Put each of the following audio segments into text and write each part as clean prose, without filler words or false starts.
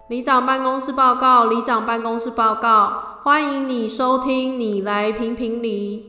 里长办公室报告，里长办公室报告，欢迎你收听，你来评评理。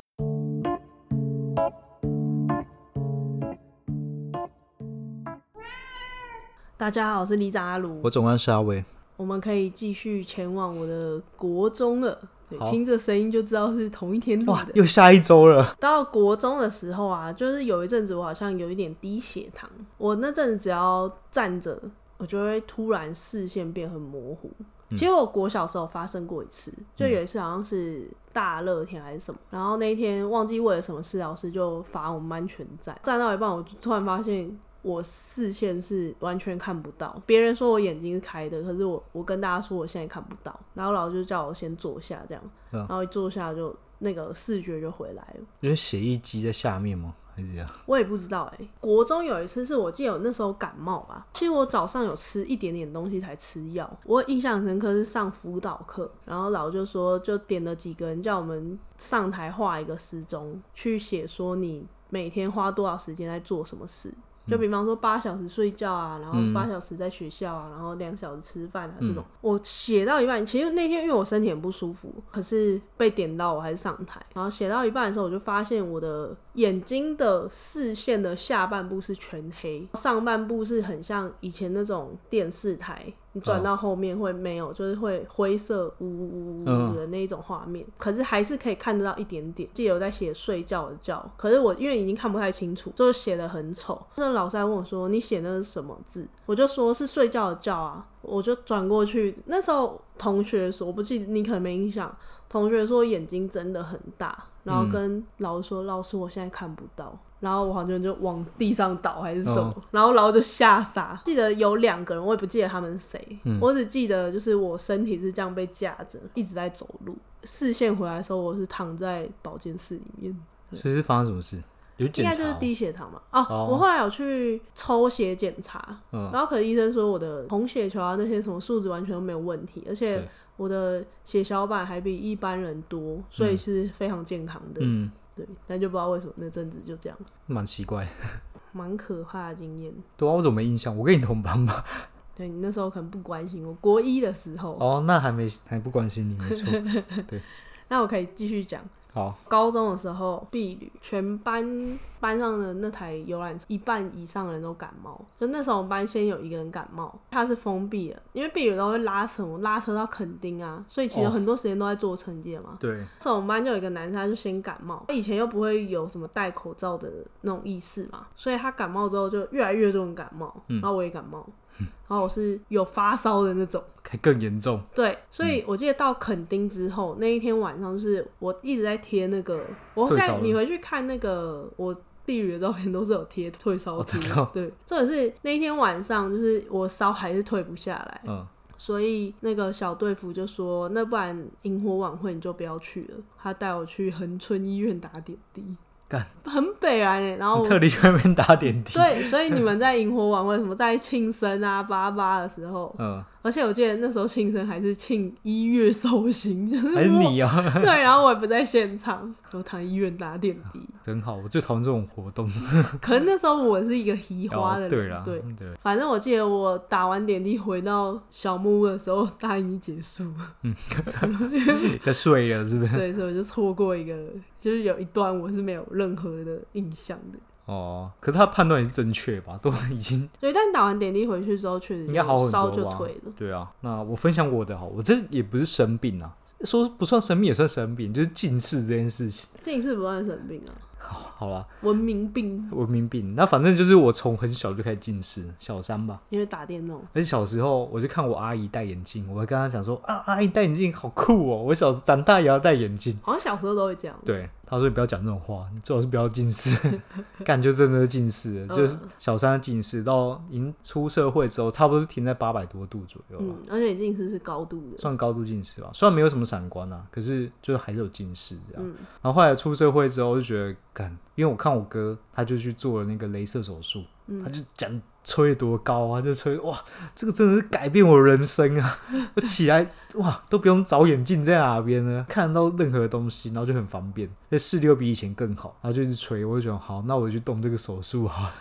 大家好，我是里长阿卢， 我总干事阿伟。 我们可以继续前往我的国中了。对，听着声音就知道是同一天录的。 又下一周了。 到国中的时候啊，就是有一阵子我好像有一点低血糖，我那阵子只要站着，我就会突然视线变很模糊。其实我国小时候发生过一次，就有一次好像是大热天还是什么，然后那一天忘记为了什么事，老师就罚我们班全站。站到一半，我就突然发现我视线是完全看不到，别人说我眼睛是开的，可是我跟大家说我现在看不到，然后老师就叫我先坐下这样，然后一坐下就那个视觉就回来了。 因为血液积在下面吗？还是这样？ 我也不知道国中有一次是我记得我那时候感冒吧，其实我早上有吃一点点东西才吃药。我印象很深刻是上辅导课，然后老师就说就点了几个人叫我们上台画一个时钟，去写说你每天花多少时间在做什么事。就比方说8小时睡觉啊，然后8小时在学校啊，然后2小时吃饭啊，这种。我写到一半，其实那天因为我身体很不舒服，可是被点到我还是上台，然后写到一半的时候，我就发现我的眼睛的视线的下半部是全黑，上半部是很像以前那种电视台，你转到后面会没有，就是会灰色呜呜呜的那一种画面，可是还是可以看得到一点点。记得我在写睡觉的觉，可是我因为已经看不太清楚，就是写得很丑。那老师还问我说你写那是什么字，我就说是睡觉的觉啊，我就转过去。那时候同学说，我不记得，你可能没印象，同学说眼睛真的很大，然后跟老师说老师我现在看不到，然后我好像就往地上倒还是什么，然后就吓傻。记得有2个人，我也不记得他们是谁，我只记得就是我身体是这样被架着一直在走路，视线回来的时候我是躺在保健室里面。 所以是发生什么事？有检查？ 应该就是低血糖嘛。我后来有去抽血检查，然后可是医生说我的红血球啊那些什么数值完全都没有问题，而且我的血小板还比一般人多，所以是非常健康的。对，但就不知道为什么那阵子就这样， 蛮奇怪， 蛮可怕的经验。 对啊，我怎么没印象？我跟你同班吧？ 对，你那时候可能不关心我，国1的时候。 那还不关心你，没错。对， 那我可以继续讲。 好， 高中的时候毕旅，全班上的那台游览车一半以上的人都感冒，就那时候我们班先有一个人感冒，他是封闭的，因为毕旅都会拉车到垦丁啊，所以其实很多时间都在坐车界嘛。 对， 那时候我们班就有一个男生，他就先感冒，以前又不会有什么戴口罩的那种意识嘛，所以他感冒之后就越来越多人感冒，然后我也感冒。然后我是有发烧的那种， 还更严重。 对，所以我记得到垦丁之后，那一天晚上就是我一直在贴那个，我现在你回去看那个我避雨的照片都是有贴退烧贴。对，重点是那一天晚上就是我烧还是退不下来，所以那个小队服就说，那不然萤火晚会你就不要去了，他带我去恒春医院打点滴。很北然然后特地去那边打点滴。 对，所以你们在萤火晚会什么在庆生啊88的时候，而且我记得那时候庆生还是庆1月寿星，就是还是你啊？ 对，然后我也不在现场，我躺医院打点滴， 真好，我最讨厌这种活动。 可是那时候我是一个移花的人，对，反正我记得我打完点滴回到小木屋的时候，大家已经结束了， 在睡了是不是？ 对，所以我就错过一个，就是有一段我是没有任何的印象的。 可是他判断也是正确吧？都已经对，但打完点滴回去之后，确实应该好很多吧， 烧就退了。 对啊，那我分享我的我这也不是生病啊，说不算生病也算生病，就是近视这件事情。 近视不算生病啊。 好啦， 文明病。 那反正就是我从很小就开始近视，小3吧， 因为打电动。 而且小时候我就看我阿姨戴眼镜，我会跟她讲说阿姨戴眼镜好酷哦，我长大也要戴眼镜。 好像小时候都会这样。对， 他说你不要讲这种话，你最好是不要近视。干就真的是近视了，就是小3近视，到已经出社会之后，差不多停在800多度左右了。 而且近视是高度的， 算高度近视吧，虽然没有什么散光啊，可是就还是有近视这样。然后后来出社会之后就觉得因为我看我哥他就去做了那个雷射手术，他就讲吹多高啊，就吹哇，这个真的是改变我人生啊！我起来哇都不用找眼镜在哪边呢，看得到任何东西，然后就很方便，视力又比以前更好，然后就一直吹，我就觉得好，那我就去动这个手术好了。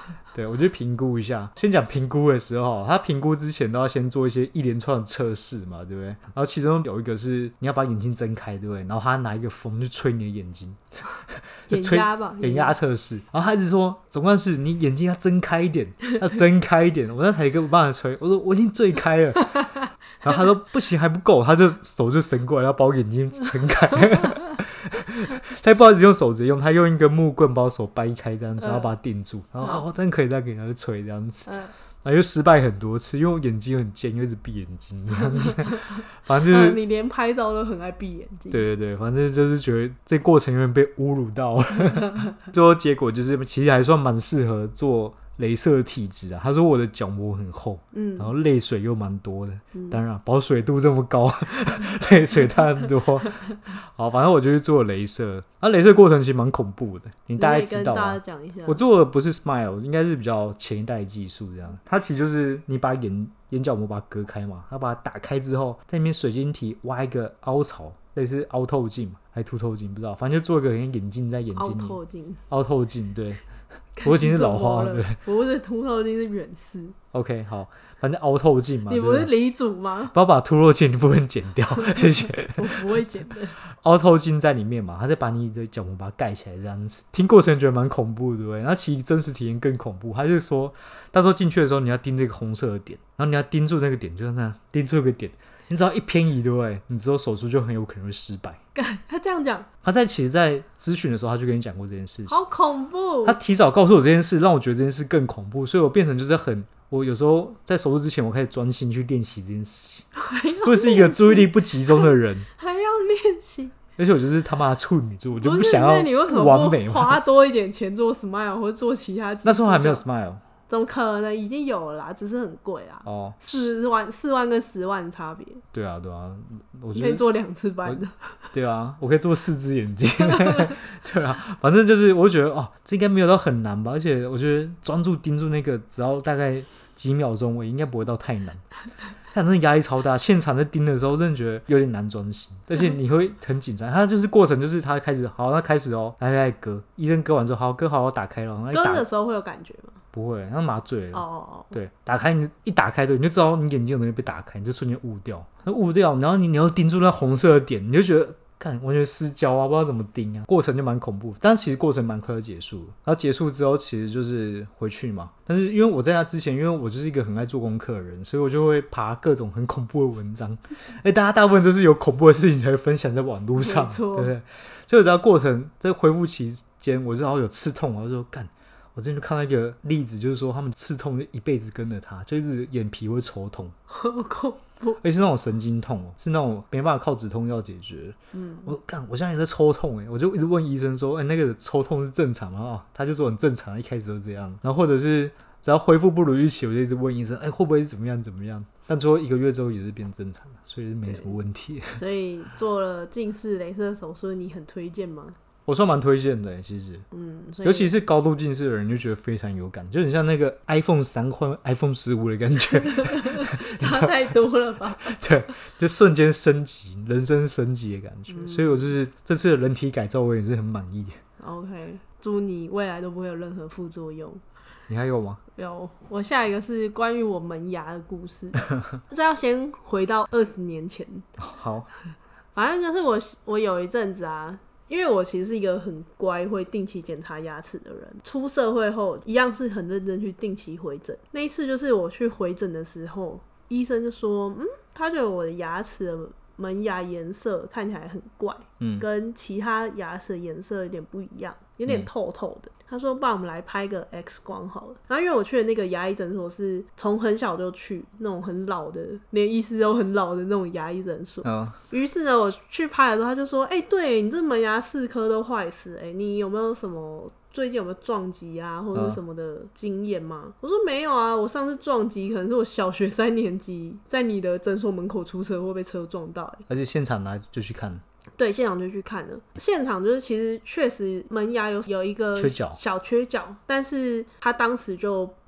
对，我就评估一下。先讲评估的时候，他评估之前都要先做一连串的测试嘛，对不对？然后其中有一个是你要把眼睛睁开，对不对？然后他拿一个风去吹你的眼睛， 眼压吧， 眼压测试。然后他一直说，总干事你眼睛要睁开一点，要睁开一点。我那台根本不办法吹，我说我已经最开了。然后他说不行还不够，他就手就伸过来要把我眼睛撑开。他也不好意思用手直接用，他用一根木棍把我手掰开这样子，然后把它定住，然后真可以再给他吹这样子。然后又失败很多次，因为我眼睛很尖，又一直闭眼睛这样子。反正就是、 你连拍照都很爱闭眼睛。 对对对，反正就是觉得这过程有点被侮辱到了。最后结果就是其实还算蛮适合做雷射体质啊，他说我的角膜很厚，然后泪水又蛮多的，当然保水度这么高，泪水当然多。好，反正我就去做雷射，雷射过程其实蛮恐怖的，你大概知道啊。我做的不是 Smile， 应该是比较前一代的技术这样。它其实就是你把眼角膜把它割开嘛，它把它打开之后，在里面水晶体挖一个凹槽，类似凹透镜嘛，还是凸透镜不知道，反正就做一个眼镜在眼睛里。凹透镜，对。我已经是老花了，对， 不是凸透镜是远视。 OK， 好，反正凹透镜嘛。 你不是理组吗？ 不要把凸透镜的部分剪掉，谢谢。 我不会剪的。 凹透镜在里面嘛，它再把你的角膜把它盖起来，这样子。听过程觉得蛮恐怖，对不对？然后其实真实体验更恐怖。他就说，到时候进去的时候，你要盯这个红色的点，然后你要盯住那个点，就是那样盯住一个点。你只要一偏移，对不对？你之后手术就很有可能会失败。 他这样讲， 其实在咨询的时候他就跟你讲过这件事情。 好恐怖！ 他提早告诉我这件事，让我觉得这件事更恐怖，所以我变成就是我有时候在手术之前，我开始专心去练习这件事情。我是一个注意力不集中的人， 还要练习。 而且我就是他妈的处女座，我就不想要不完美嘛。 花多一点钱做 Smile 或者做其他。 那时候还没有 Smile。 怎么可能？已经有了啦，只是很贵啦。4万跟10万的差别。对啊，我可以做2次班的。 对啊，我可以做4只眼睛。对啊，反正就是我觉得这应该没有到很难吧，而且我觉得专注盯住那个，只要大概几秒钟，我应该不会到太难。看，真的压力超大，现场在盯的时候，真的觉得有点难专心，而且你会很紧张。他就是过程，就是他开始好，那开始他在割，医生割完之后，好割好，打开了。 割的时候会有感觉吗？ 不会，他麻醉了。对，打开你一打开，对，你就知道你眼睛有东西被打开，你就瞬间雾掉，然后你要盯住那红色的点，你就觉得看完全失焦啊，不知道怎么盯啊，过程就蛮恐怖。但其实过程蛮快就结束了，然后结束之后其实就是回去嘛。但是因为我在那之前，因为我就是一个很爱做功课的人，所以我就会爬各种很恐怖的文章。大家大部分都是有恐怖的事情才会分享在网络上，对不对？所以我只要过程在恢复期间，我只要有刺痛，我就说干。我之前就看到一个例子，就是说他们刺痛就一辈子跟着他，就一直眼皮会抽痛， 好恐怖， 而且是那种神经痛，是那种没办法靠止痛药解决。我现在也在抽痛，我就一直问医生说，那个抽痛是正常吗？他就说很正常，一开始都这样。然后或者是只要恢复不如预期，我就一直问医生，会不会是怎么样？但最后1个月之后也是变正常了，所以是没什么问题。 所以做了近视雷射手术，你很推荐吗？ 我算蛮推荐的，其实，尤其是高度近视的人，就觉得非常有感，就很像那个 iPhone 3换 iPhone 15的感觉， 差太多了吧？ 对，就瞬间升级，人生升级的感觉。所以我就是这次的人体改造，我也是很满意。 OK， 祝你未来都不会有任何副作用。 你还有吗？ 有，我下一个是关于我门牙的故事，这要先回到20年前。 好， 反正就是我有一阵子啊。因为我其实是一个很乖会定期检查牙齿的人，出社会后一样是很认真去定期回诊。那一次就是我去回诊的时候，医生就说他觉得我的牙齿的门牙颜色看起来很怪，跟其他牙齿的颜色有点不一样，有点透透的。他说不然我们来拍个 X 光好了。然后因为我去的那个牙医诊所是从很小就去，那种很老的，连医师都很老的那种牙医诊所。于是呢，我去拍的时候，他就说对，你这门牙4颗都坏死，你有没有什么最近有没有撞击啊或者是什么的经验吗？我说没有啊，我上次撞击可能是我小学3年级在你的诊所门口出车祸被车撞到。 而且现场就去看。 对，现场就去看了。现场就是其实确实门牙有一个小缺角，但是他当时就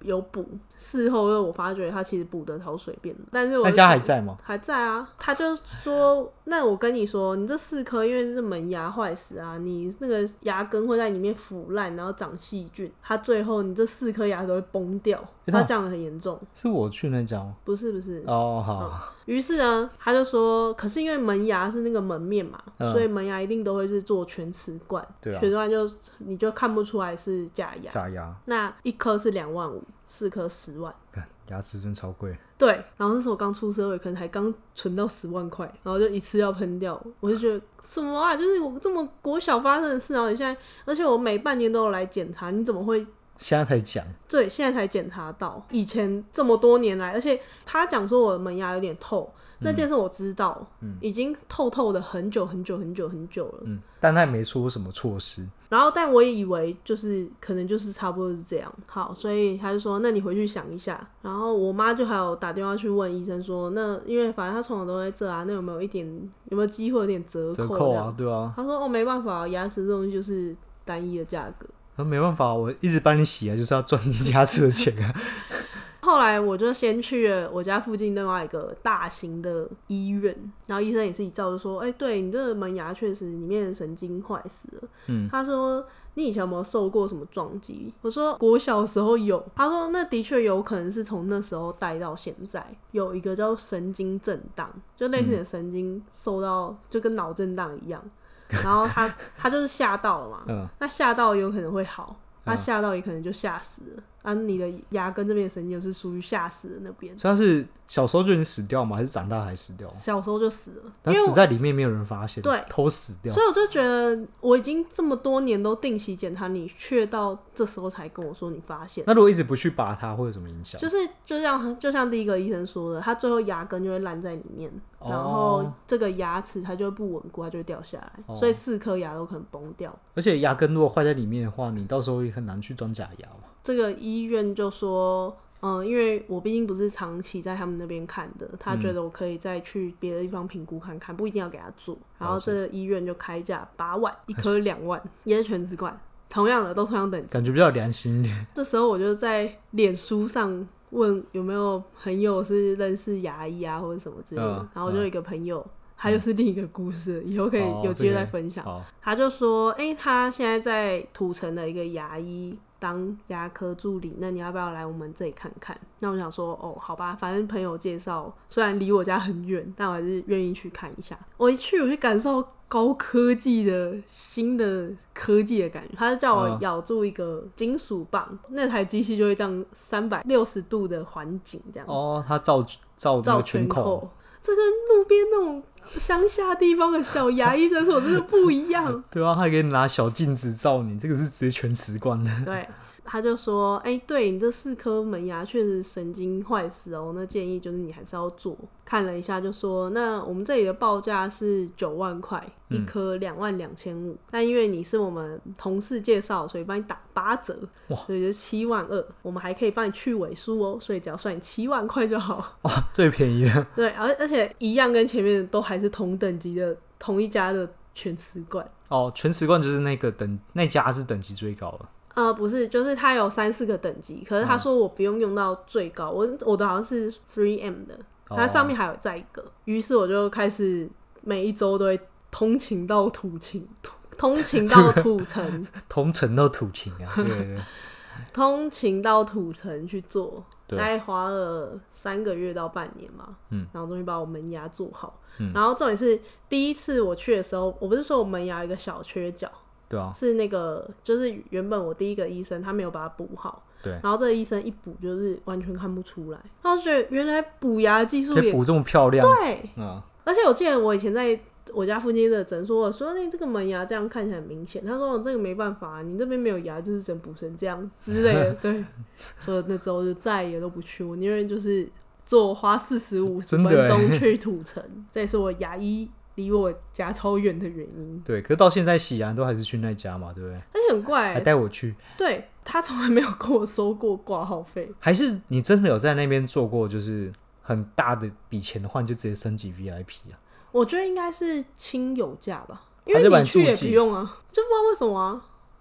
有补，事后我发觉他其实补的超随便的，但是我那家还在吗？ 还在啊。他就说，那我跟你说，你这4颗因为是门牙坏死啊，你那个牙根会在里面腐烂，然后长细菌，他最后你这4颗牙都会崩掉。他讲的很严重。 是我去那家吗？ 不是不是。 哦，好。 于是呢，他就说，可是因为门牙是那个门面嘛，所以门牙一定都会是做全瓷冠。 对啊， 全瓷冠你就看不出来是假牙。 假牙。 那1颗是2万5，4颗10万。 牙齿真超贵。 对，然后那时候我刚出社会，可能还刚存到10万块，然后就一次要喷掉，我就觉得什么啊，就是我这么国小发生的事，然后你现在，而且我每半年都有来检查，你怎么会？ 现在才讲？对， 现在才检查到。以前这么多年来，而且他讲说我的门牙有点透，那件事我知道，已经透透的很久很久很久很久了。 但他也没出什么措施。 然后，但我也以为就是可能就是差不多是这样。好，所以他就说，那你回去想一下。然后我妈就还有打电话去问医生说，那因为反正他从小都在这啊，那有没有机会有点折扣啊？对啊。 他说没办法，牙齿这东西就是单一的价格。 那没办法，我一直帮你洗啊，就是要赚你牙齿的钱啊。 后来我就先去了我家附近另外一个大型的医院，然后医生也是一照就说，对，你这个门牙确实里面的神经坏死了。他说你以前有没有受过什么撞击？我说国小的时候有。他说那的确有可能是从那时候带到现在，有一个叫神经震荡，就类似你的神经受到就跟脑震荡一样。然后他就是吓到了嘛，那吓到有可能会好，他吓到也可能就吓死了。你的牙根这边的神经是属于吓死的那边。 所以他是小时候就已经死掉吗？还是长大还死掉？ 小时候就死了， 但死在里面没有人发现， 对， 偷死掉。 所以我就觉得我已经这么多年都定期检查，你却到这时候才跟我说你发现。 那如果一直不去拔它，会有什么影响？ 就像第一个医生说的，他最后牙根就会烂在里面，然后这个牙齿它就会不稳固，它就会掉下来，所以4颗牙都可能崩掉。 而且牙根如果坏在里面的话，你到时候也很难去装假牙嘛。 这个医院就说，因为我毕竟不是长期在他们那边看的，他觉得我可以再去别的地方评估看看，不一定要给他做。然后这个医院就开价8万，1颗2万，也是全瓷冠，同样的都同样等级， 感觉比较良心一点。 这时候我就在脸书上问有没有朋友是认识牙医啊或者什么之类的，然后就有一个朋友。他又是另一个故事，以后可以有机会再分享。他就说，他现在在土城的一个牙医当牙科助理，那你要不要来我们这里看看？那我想说，好吧，反正朋友介绍，虽然离我家很远，但我还是愿意去看一下。我一去，我去感受高科技的新的科技的感觉。他就叫我咬住一个金属棒，那台机器就会这样360度的环景这样。它照那个全口。 这跟路边那种乡下地方的小牙医诊所真的不一样。 对啊，他还可以拿小镜子照你，这个是直接全瓷冠的。 对，他就说，对，你这4颗门牙确实神经坏死哦，那建议就是你还是要做。看了一下就说，那我们这里的报价是9万块，1颗2万2500，但因为你是我们同事介绍，所以帮你打8折，所以就7万2，我们还可以帮你去尾数哦，所以只要算你7万块就好。 哇，最便宜了。 对，而且一样跟前面都还是同等级的同一家的全瓷冠。 全瓷冠就是那家是等级最高了。 不是，就是它有3-4个等级，可是他说我不用到最高，我的好像是 3M 的，它上面还有再一个。于是我就开始每一周都会通勤到土城，通勤到土城啊，对通勤到土城去做，大概花了3个月到半年嘛，然后终于把我门牙做好。然后重点是第一次我去的时候，我不是说我门牙有一个小缺角。 对啊， 是那个，就是原本我第一个医生他没有把它补好，对，然后这个医生一补就是完全看不出来，然后就觉得原来补牙技术也可以补这么漂亮， 对，而且我记得我以前在我家附近的诊所，我说这个门牙这样看起来很明显，他说这个没办法，你这边没有牙，就是整补成这样之类的，对，所以那之后就再也都不去，我宁愿就是花40-50分钟去土城，这也是我牙医离我家超远的原因。 对，可是到现在洗牙都还是去那家嘛，对不对？ 而且很怪还带我去。 对，他从来没有跟我收过挂号费。 还是你真的有在那边做过，就是很大的笔钱的话，你就直接升级 VIP 啊？ 我觉得应该是亲友价吧，因为你去也不用啊，就不知道为什么啊。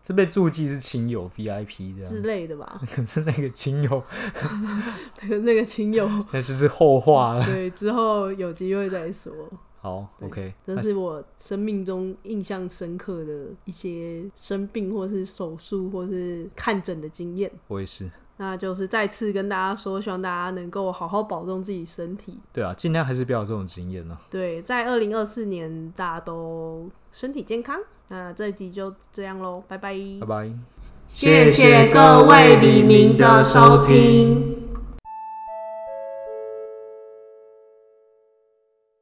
是被注记是亲友 VIP 这样之类的吧。 可是那个亲友， 那个亲友， 那就是后话了。 对，之后有机会再说。 好 ，OK， 这是我生命中印象深刻的一些生病或是手术或是看诊的经验。 我也是。 那就是再次跟大家说，希望大家能够好好保重自己身体。 对啊，尽量还是不要有这种经验呢。 对，在2024年大家都身体健康。那这一集就这样咯，拜拜， 拜拜， 谢谢各位黎明的收听。